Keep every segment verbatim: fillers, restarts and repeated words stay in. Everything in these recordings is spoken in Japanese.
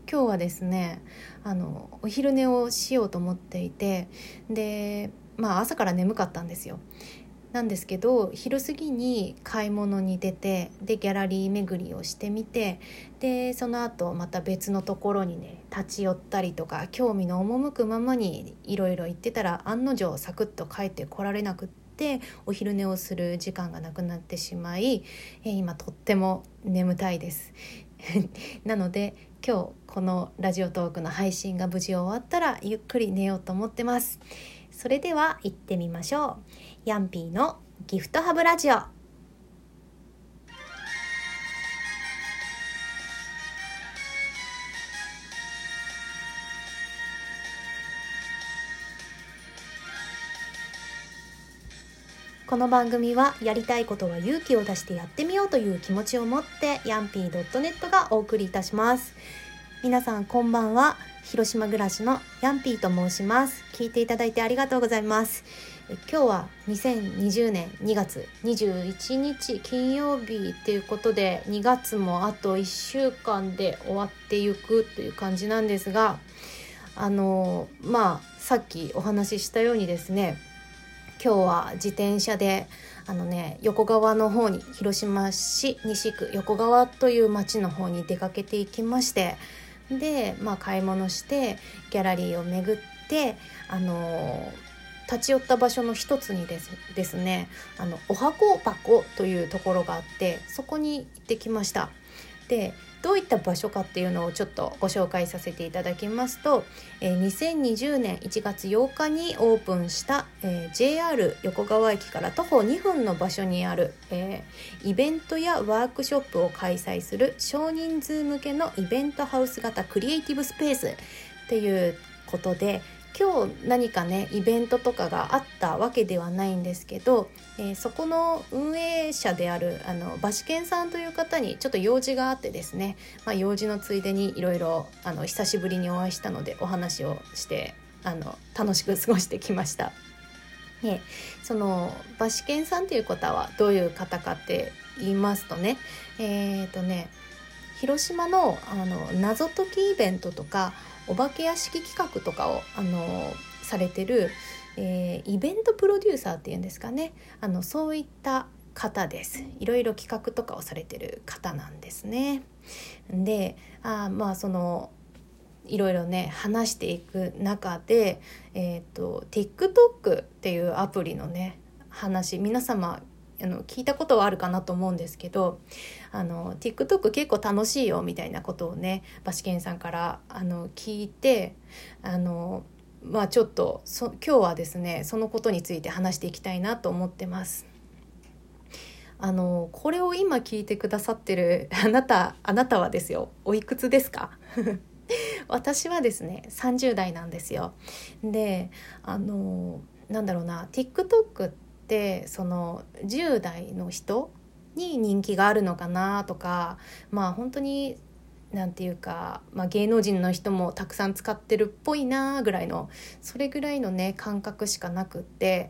今日はですねあのお昼寝をしようと思っていて、でまあ朝から眠かったんですよ。なんですけど昼過ぎに買い物に出て、でギャラリー巡りをしてみて、でその後また別のところにね立ち寄ったりとか、興味の赴くままにいろいろ言ってたら、案の定サクッと帰ってこられなくって、お昼寝をする時間がなくなってしまい、え今とっても眠たいですなので今日このラジオトークの配信が無事終わったらゆっくり寝ようと思ってます。それでは行ってみましょう。ヤンピーのギフトハブラジオ。この番組はやりたいことは勇気を出してやってみようという気持ちを持ってヤンピー ドットネット がお送りいたします。皆さんこんばんは。広島暮らしのヤンピーと申します。聞いていただいてありがとうございます。今日はにせんにじゅうねんにがつにじゅういちにち金曜日ということで、にがつもあといっしゅうかんで終わっていくという感じなんですが、あのまあさっきお話ししたようにですね、今日は自転車であのね横川の方に、広島市西区横川という町の方に出かけていきまして、で、まあ、買い物してギャラリーを巡って、あの立ち寄った場所の一つにですですねあのお箱箱というところがあって、そこに行ってきました。でどういった場所かっていうのをちょっとご紹介させていただきますと、えー、にせんにじゅうねんいちがつようかにオープンした、えー、ジェイアール 横川駅から徒歩にふんの場所にある、えー、イベントやワークショップを開催する少人数向けのイベントハウス型クリエイティブスペースっていうことで、今日何かねイベントとかがあったわけではないんですけど、えー、そこの運営者であるあのバシケンさんという方にちょっと用事があってですね、まあ、用事のついでにいろいろ久しぶりにお会いしたのでお話をしてあの楽しく過ごしてきました。ね、そのバシケンさんという方はどういう方かって言いますとね、えーとね広島の、あの謎解きイベントとかお化け屋敷企画とかをあのされてる、えー、イベントプロデューサーっていうんですかね、あのそういった方です。いろいろ企画とかをされてる方なんですね。で、あまあそのいろいろね話していく中で、えーと、TikTok っていうアプリのね話、皆様あの聞いたことはあるかなと思うんですけど、あの TikTok 結構楽しいよみたいなことをねバシケンさんからあの聞いて、あのまあちょっとそ今日はですねそのことについて話していきたいなと思ってます。あのこれを今聞いてくださってるあなたあなたはですよ、おいくつですか私はですねさんじゅうだいなんですよ。であのなんだろうな TikTok ってでそのじゅう代の人に人気があるのかなとか、まあ本当になんていうか、まあ、芸能人の人もたくさん使ってるっぽいなぐらいの、それぐらいのね感覚しかなくって、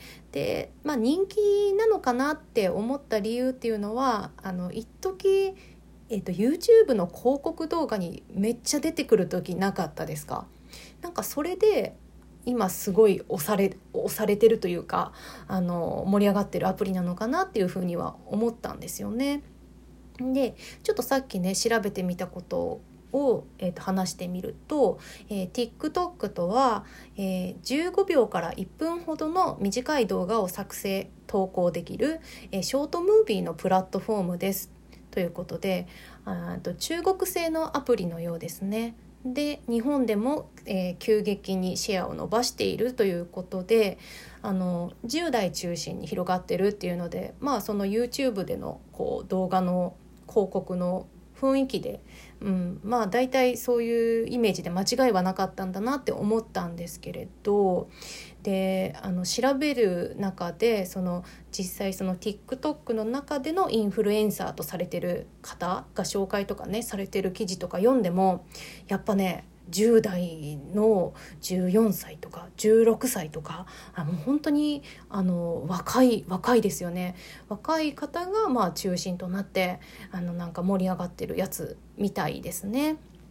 で、まあ、人気なのかなって思った理由っていうのは、あの一時えっと YouTube の広告動画にめっちゃ出てくる時なかったですか？なんかそれで今すごい押され、押されてるというか、あの盛り上がってるアプリなのかなっていうふうには思ったんですよね。でちょっとさっきね調べてみたことを、えー、と話してみると、えー、TikTok とは、えー、じゅうごびょうからいっぷんほどの短い動画を作成投稿できる、えー、ショートムービーのプラットフォームですということで、あと中国製のアプリのようですね。で日本でも、えー、急激にシェアを伸ばしているということで、あのじゅう代中心に広がってるっていうので、まあその YouTube でのこう動画の広告の雰囲気で、うん、まあ大体そういうイメージで間違いはなかったんだなって思ったんですけれど、であの調べる中でその実際その TikTok の中でのインフルエンサーとされてる方が紹介とかねされてる記事とか読んでも、やっぱねじゅう代のじゅうよんさいとかじゅうろくさいとか、あもう本当にあの若い若いですよね。若い方がまあ中心となってあのなんか盛り上がってるやつみたいですね。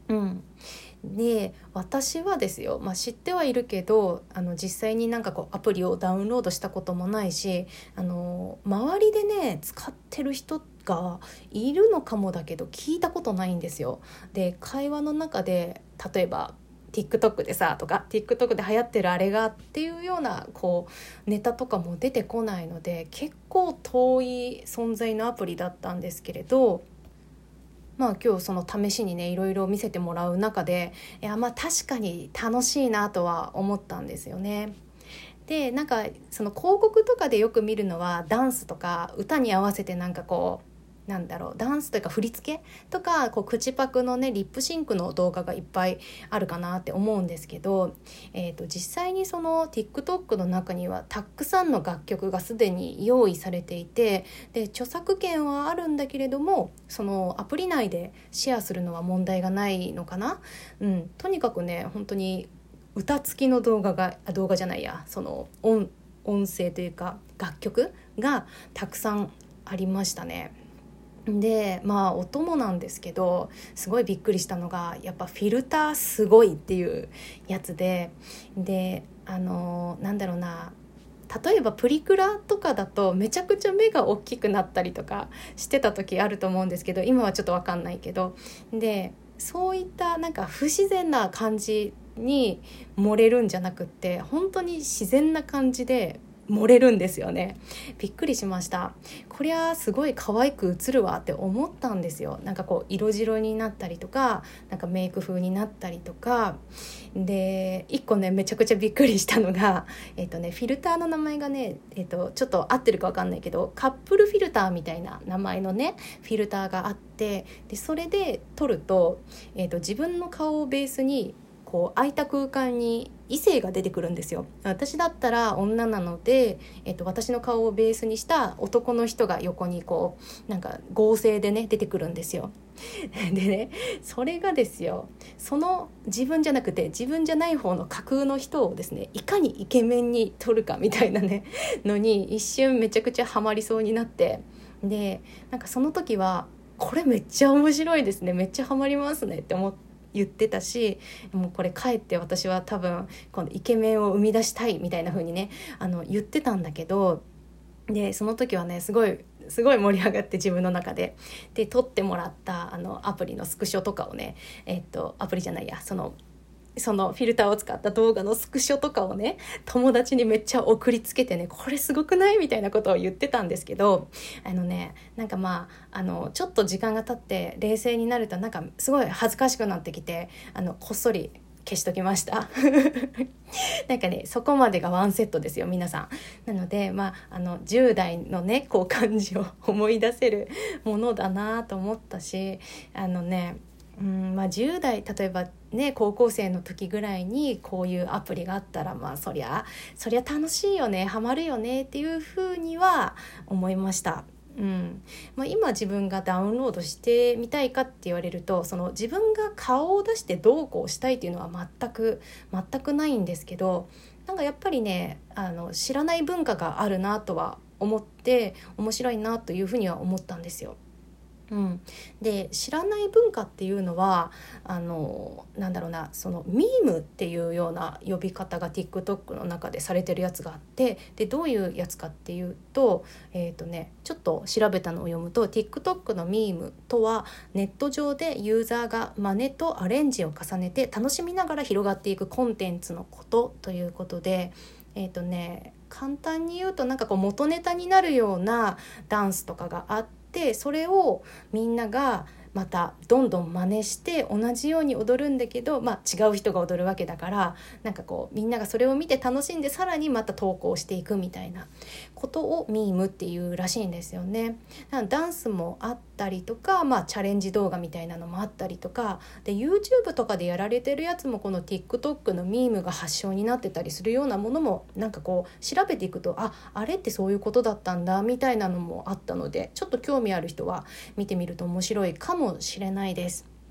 うん、で私はですよ、まあ、知ってはいるけどあの実際になんかこうアプリをダウンロードしたこともないし、あの周りでね使ってる人がいるのかもだけど聞いたことないんですよ。で会話の中で例えば TikTok でさとか TikTok で流行ってるあれがっていうようなこうネタとかも出てこないので結構遠い存在のアプリだったんですけれど、まあ今日その試しにねいろいろ見せてもらう中で、いやまあ確かに楽しいなとは思ったんですよね。でなんかその広告とかでよく見るのはダンスとか歌に合わせてなんかこうなんだろうダンスというか振り付けとかこう口パクのねリップシンクの動画がいっぱいあるかなって思うんですけど、えーと、実際にその TikTok の中にはたくさんの楽曲がすでに用意されていて、で著作権はあるんだけれどもそのアプリ内でシェアするのは問題がないのかな、うん、とにかくね本当に歌付きの動画があ動画じゃないやその 音, 音声というか楽曲がたくさんありましたね。でまあ音もなんですけどすごいびっくりしたのがやっぱフィルターすごいっていうやつで、であのなんだろうな例えばプリクラとかだとめちゃくちゃ目が大きくなったりとかしてた時あると思うんですけど、今はちょっと分かんないけど、でそういったなんか不自然な感じに漏れるんじゃなくって本当に自然な感じで漏れるんですよね。びっくりしました。こりゃすごい可愛く映るわって思ったんですよ。なんかこう色白になったりとかなんかメイク風になったりとかで、一個ねめちゃくちゃびっくりしたのがえっとねフィルターの名前がね、えっと、ちょっと合ってるか分かんないけどカップルフィルターみたいな名前のねフィルターがあって、でそれで撮ると、えっと、自分の顔をベースにこう空いた空間に異性が出てくるんですよ。私だったら女なので、えっと、私の顔をベースにした男の人が横にこうなんか合成でね出てくるんですよ。でねそれがですよその自分じゃなくて自分じゃない方の架空の人をですねいかにイケメンに撮るかみたいなねのに一瞬めちゃくちゃハマりそうになって、でなんかその時はこれめっちゃ面白いですねめっちゃハマりますねって思って言ってたし、もうこれ帰って私は多分今度イケメンを生み出したいみたいな風にねあの言ってたんだけど、でその時はねすごいすごい盛り上がって自分の中でで撮ってもらったあのアプリのスクショとかをねえっとアプリじゃないやそのそのフィルターを使った動画のスクショとかをね友達にめっちゃ送りつけてねこれすごくないみたいなことを言ってたんですけど、あのねなんかまああのちょっと時間が経って冷静になるとなんかすごい恥ずかしくなってきてあのこっそり消しときましたなんかねそこまでがワンセットですよ皆さん。なのでまああのじゅう代のねこう感じを思い出せるものだなと思ったし、あのねうんまあ、じゅう代例えばね高校生の時ぐらいにこういうアプリがあったらまあそりゃそりゃ楽しいよねハマるよねっていうふうには思いました。うんまあ、今自分がダウンロードしてみたいかって言われるとその自分が顔を出してどうこうしたいっていうのは全く全くないんですけど、なんかやっぱりねあの知らない文化があるなとは思って面白いなというふうには思ったんですよ。うん、で知らない文化っていうのはあのなんだろうなそのミームっていうような呼び方が TikTok の中でされてるやつがあって、でどういうやつかっていうと、えーとね、ちょっと調べたのを読むと TikTok のミームとはネット上でユーザーが真似とアレンジを重ねて楽しみながら広がっていくコンテンツのことということで、えーとね、簡単に言うとなんかこう元ネタになるようなダンスとかがあってでそれをみんながまたどんどん真似して同じように踊るんだけど、まあ、違う人が踊るわけだからなんかこうみんながそれを見て楽しんでさらにまた投稿していくみたいなことをミームっていうらしいんですよね。だからダンスもあったりとか、まあ、チャレンジ動画みたいなのもあったりとかで YouTube とかでやられてるやつもこの TikTok のミームが発祥になってたりするようなものもなんかこう調べていくとああれってそういうことだったんだみたいなのもあったのでちょっと興味ある人は見てみると面白いかもしれないです。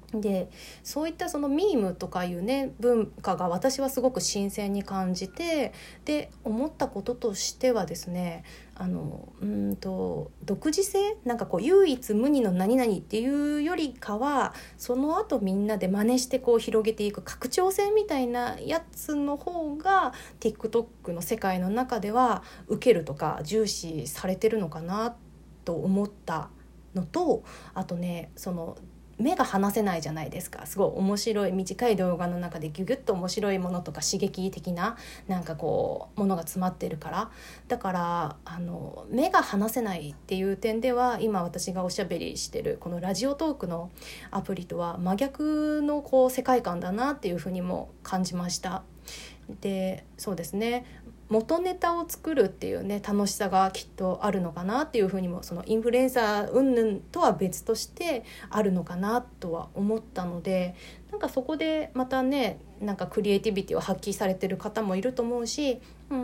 でそういったそのミームとかいうね文化が私はすごく新鮮に感じて、で思ったこととしてはですね、あのうんと独自性、なんかこう唯一無二の何々っていうよりかは、その後みんなで真似してこう広げていく拡張性みたいなやつの方が TikTok の世界の中では受けるとか重視されてるのかなと思ったのと、あとね、その目が離せないじゃないですか。すごい面白い短い動画の中でギュギュッと面白いものとか刺激的ななんかこうものが詰まってるから、だからあの目が離せないっていう点では、今私がおしゃべりしてるこのラジオトークのアプリとは真逆のこう世界観だなっていうふうにも感じました。でそうですね、元ネタを作るっていうね楽しさがきっとあるのかなっていうふうにも、そのインフルエンサー云々とは別としてあるのかなとは思ったので、なんかそこでまたね、なんかクリエイティビティを発揮されてる方もいると思うし、うん、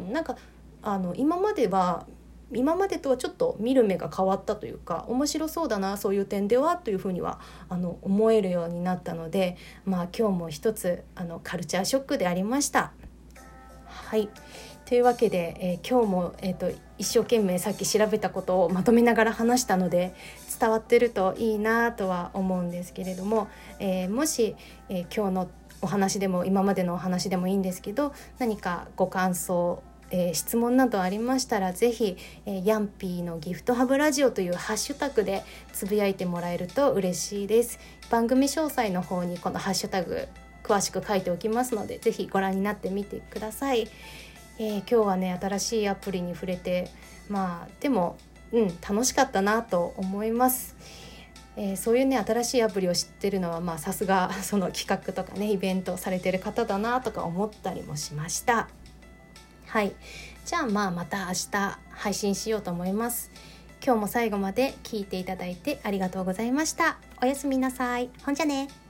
なんかあの今までは今までとはちょっと見る目が変わったというか、面白そうだなそういう点ではというふうにはあの思えるようになったので、まあ今日も一つあのカルチャーショックでありました。はい、というわけで、えー、今日も、えーと、一生懸命さっき調べたことをまとめながら話したので伝わってるといいなとは思うんですけれども、えー、もし、えー、今日のお話でも今までのお話でもいいんですけど、何かご感想、えー、質問などありましたら、ぜひ、えー、ヤンピーのギフトハブラジオというハッシュタグでつぶやいてもらえると嬉しいです。番組詳細の方にこのハッシュタグ詳しく書いておきますので、ぜひご覧になってみてください。えー、今日はね新しいアプリに触れて、まあでもうん楽しかったなと思います。えー、そういうね新しいアプリを知ってるのは、まあさすがその企画とかねイベントされてる方だなとか思ったりもしました。はい、じゃあまあまた明日配信しようと思います。今日も最後まで聞いていただいてありがとうございました。おやすみなさい。ほんじゃね。